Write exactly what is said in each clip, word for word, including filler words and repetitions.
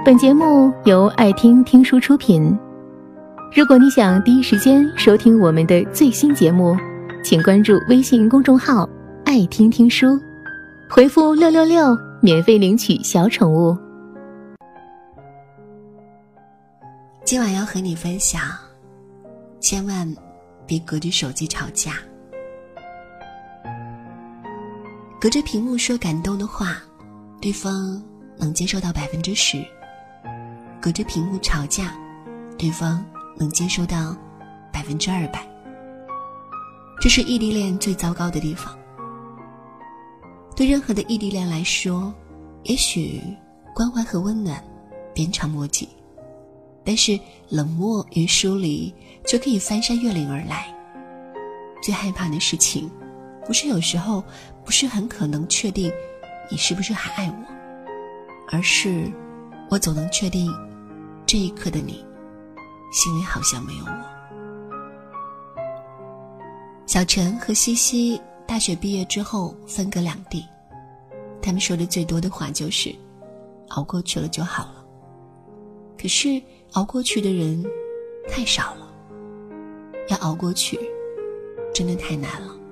本节目由爱听听书出品。如果你想第一时间收听我们的最新节目，请关注微信公众号爱听听书，回复六六六免费领取小宠物。 今晚要和你分享，千万别隔着手机吵架。隔着屏幕说感动的话，对方能接受到百分之十；隔着屏幕吵架，对方能接受到百分之二百。这是异地恋最糟糕的地方。对任何的异地恋来说，也许关怀和温暖鞭长莫及，但是冷漠与疏离就可以翻山越岭而来。最害怕的事情，不是有时候不是很可能确定你是不是还爱我，而是我总能确定这一刻的你心里好像没有我。小陈和西西大学毕业之后分隔两地，他们说的最多的话就是熬过去了就好了。可是熬过去的人太少了，要熬过去真的太难了。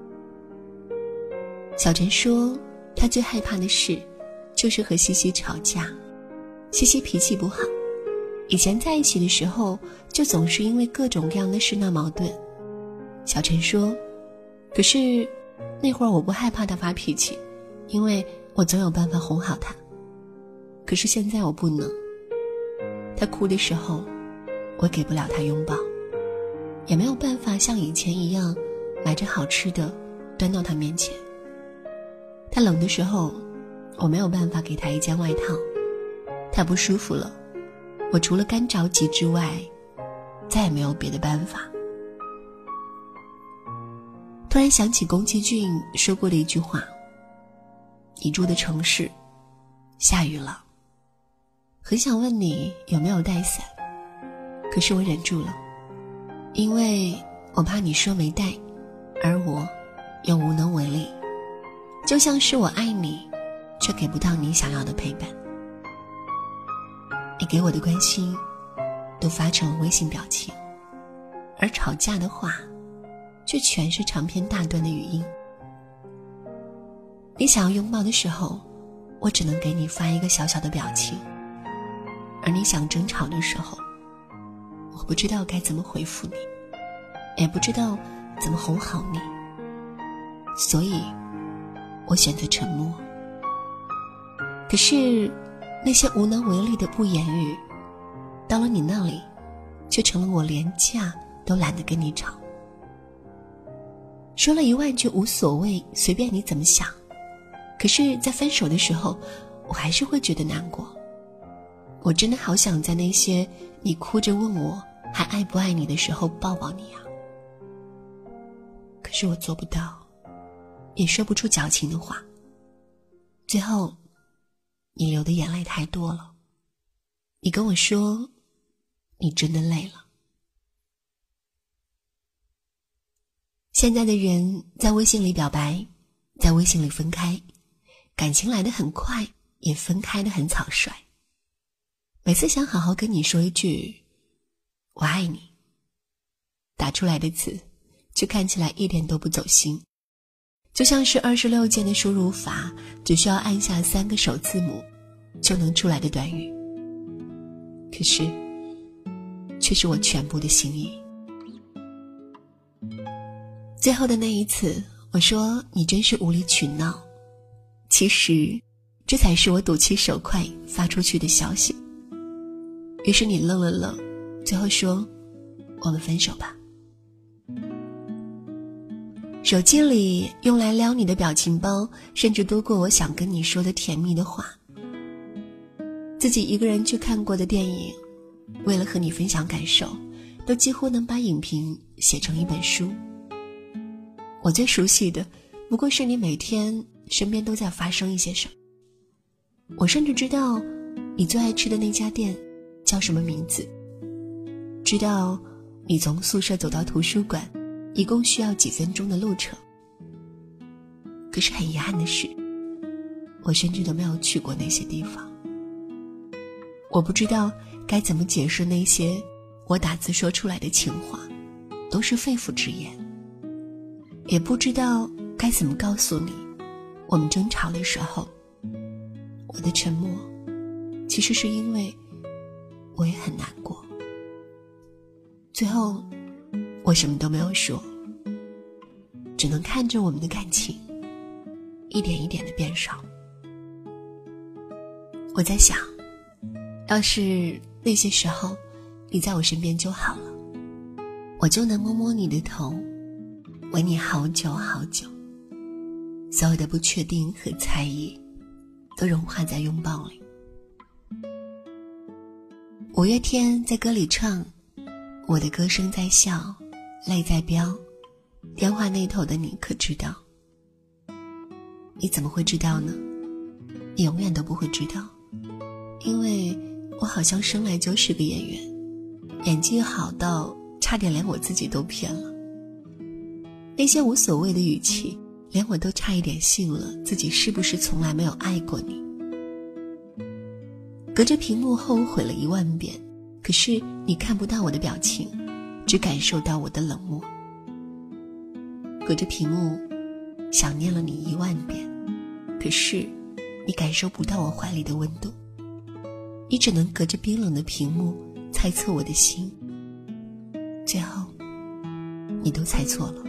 小陈说他最害怕的事就是和西西吵架。西西脾气不好，以前在一起的时候就总是因为各种各样的事闹矛盾。小陈说，可是那会儿我不害怕他发脾气，因为我总有办法哄好他。可是现在我不能，他哭的时候我给不了他拥抱，也没有办法像以前一样买着好吃的端到他面前。他冷的时候我没有办法给他一件外套，他不舒服了，我除了干着急之外再也没有别的办法。突然想起宫崎骏说过的一句话，你住的城市下雨了，很想问你有没有带伞，可是我忍住了，因为我怕你说没带，而我又无能为力，就像是我爱你却给不到你想要的陪伴。你给我的关心都发成了微信表情，而吵架的话却全是长篇大段的语音。你想要拥抱的时候，我只能给你发一个小小的表情，而你想争吵的时候，我不知道该怎么回复你，也不知道怎么哄好你，所以我选择沉默。可是那些无能为力的不言语，到了你那里却成了我连架都懒得跟你吵。说了一万句无所谓，随便你怎么想，可是在分手的时候我还是会觉得难过。我真的好想在那些你哭着问我还爱不爱你的时候抱抱你啊，可是我做不到，也说不出矫情的话。最后你流的眼泪太多了，你跟我说你真的累了。现在的人在微信里表白，在微信里分开，感情来得很快，也分开得很草率。每次想好好跟你说一句我爱你，打出来的词就看起来一点都不走心，就像是二十六键的输入法，只需要按下三个首字母就能出来的短语，可是却是我全部的心意。最后的那一次我说你真是无理取闹，其实这才是我赌气手快发出去的消息。于是你愣了愣，最后说我们分手吧。手机里用来撩你的表情包甚至多过我想跟你说的甜蜜的话。自己一个人去看过的电影，为了和你分享感受，都几乎能把影评写成一本书。我最熟悉的不过是你每天身边都在发生一些什么。我甚至知道你最爱吃的那家店叫什么名字，知道你从宿舍走到图书馆一共需要几分钟的路程。可是很遗憾的是，我甚至都没有去过那些地方。 我不知道该怎么解释那些我打字说出来的情话，都是肺腑之言。也不知道该怎么告诉你，我们争吵的时候，我的沉默其实是因为我也很难过。最后我什么都没有说，只能看着我们的感情一点一点的变少。我在想，要是那些时候你在我身边就好了，我就能摸摸你的头，吻你好久好久，所有的不确定和猜疑都融化在拥抱里。五月天在歌里唱，我的歌声在笑，泪在飙，电话那头的你可知道？你怎么会知道呢？你永远都不会知道，因为我好像生来就是个演员，演技好到差点连我自己都骗了。那些无所谓的语气，连我都差一点信了自己是不是从来没有爱过你。隔着屏幕后悔了一万遍，可是你看不到我的表情，只感受到我的冷漠。隔着屏幕想念了你一万遍，可是你感受不到我怀里的温度。你只能隔着冰冷的屏幕猜测我的心，最后你都猜错了。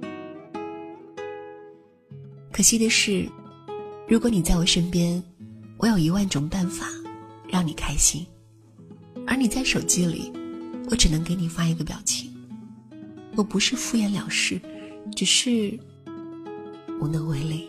可惜的是，如果你在我身边，我有一万种办法让你开心，而你在手机里，我只能给你发一个表情。我不是敷衍了事，只是无能为力。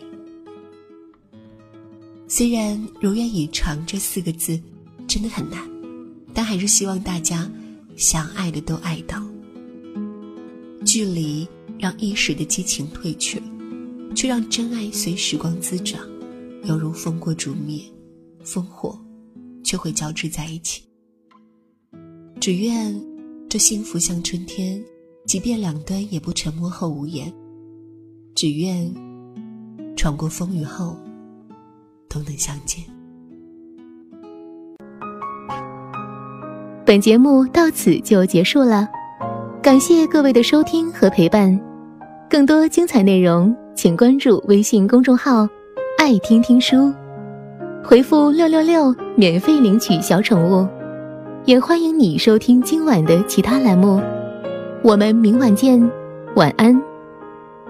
虽然如愿以偿这四个字真的很难，但还是希望大家想爱的都爱到。距离让一时的激情褪去，却让真爱随时光滋长，犹如风过烛灭，烽火却会交织在一起。只愿这幸福像春天，即便两端也不沉默后无言。只愿闯过风雨后都能相见。 本节目到此就结束了，感谢各位的收听和陪伴。更多精彩内容请关注微信公众号爱听听书，回复六六六免费领取小宠物。也欢迎你收听今晚的其他栏目，我们明晚见，晚安。